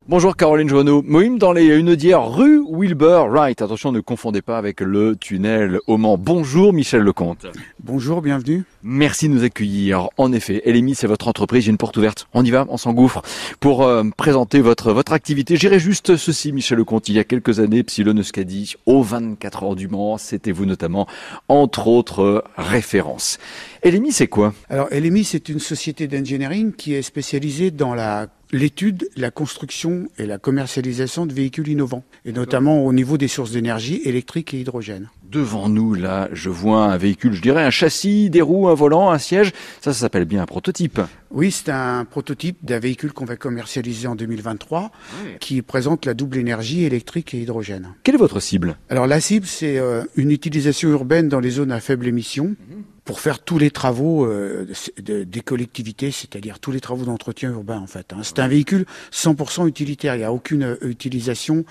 Bonjour Caroline Joanneau. Moïm dans les Hunaudières, rue Wilbur Wright. Attention, ne confondez pas avec le tunnel au Mans. Bonjour Michel Lecomte. Bonjour, bienvenue. Merci de nous accueillir. En effet, LMI, c'est votre entreprise, j'ai une porte ouverte. On y va, on s'engouffre pour présenter votre activité. J'irai juste ceci, Michel Lecomte. Il y a quelques années, Psylone Euskadi, aux 24 heures du Mans, c'était vous notamment, entre autres références. LMI, c'est quoi? Alors, LMI, c'est une société d'engineering qui est spécialisée dans l'étude, la construction et la commercialisation de véhicules innovants, et notamment au niveau des sources d'énergie électrique et hydrogène. Devant nous, là, je vois un véhicule, je dirais un châssis, des roues, un volant, un siège. Ça s'appelle bien un prototype. Oui, c'est un prototype d'un véhicule qu'on va commercialiser en 2023, qui présente la double énergie électrique et hydrogène. Quelle est votre cible? Alors, la cible, c'est une utilisation urbaine dans les zones à faible émission, pour faire tous les travaux des collectivités, c'est-à-dire tous les travaux d'entretien urbain en fait. C'est un véhicule 100% utilitaire, il n'y a aucune utilisation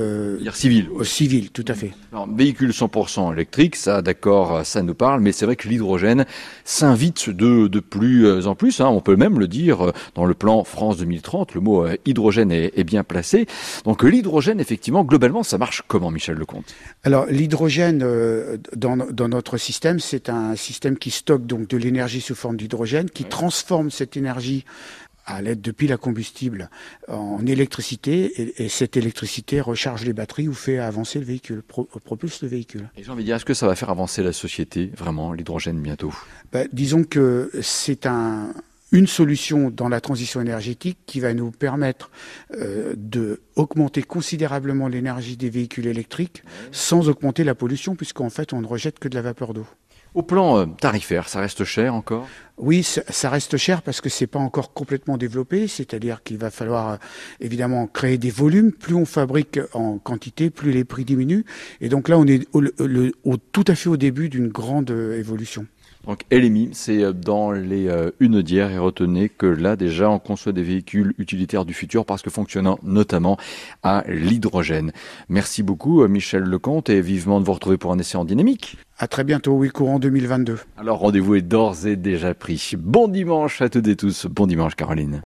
civile, tout à fait. Alors, véhicule 100% électrique, ça d'accord, ça nous parle, mais c'est vrai que l'hydrogène s'invite de plus en plus, on peut même le dire dans le plan France 2030, le mot hydrogène est bien placé. Donc l'hydrogène, effectivement, globalement, ça marche comment, Michel Lecomte? Alors l'hydrogène dans notre système, c'est un système qui stocke donc de l'énergie sous forme d'hydrogène, qui transforme cette énergie à l'aide de piles à combustible en électricité, et cette électricité recharge les batteries ou fait avancer le véhicule, propulse le véhicule. Et j'ai envie de dire, est-ce que ça va faire avancer la société, vraiment, l'hydrogène bientôt? Disons que c'est une solution dans la transition énergétique qui va nous permettre de augmenter considérablement l'énergie des véhicules électriques sans augmenter la pollution, puisqu'en fait on ne rejette que de la vapeur d'eau. Au plan tarifaire, ça reste cher encore? Oui, ça reste cher parce que c'est pas encore complètement développé, c'est-à-dire qu'il va falloir évidemment créer des volumes. Plus on fabrique en quantité, plus les prix diminuent. Et donc là, on est tout à fait au début d'une grande évolution. Donc LMI, c'est dans les Hunaudières, et retenez que là déjà on conçoit des véhicules utilitaires du futur parce que fonctionnant notamment à l'hydrogène. Merci beaucoup Michel Lecomte, et vivement de vous retrouver pour un essai en dynamique. À très bientôt, oui, courant 2022. Alors rendez-vous est d'ores et déjà pris. Bon dimanche à toutes et tous, bon dimanche Caroline.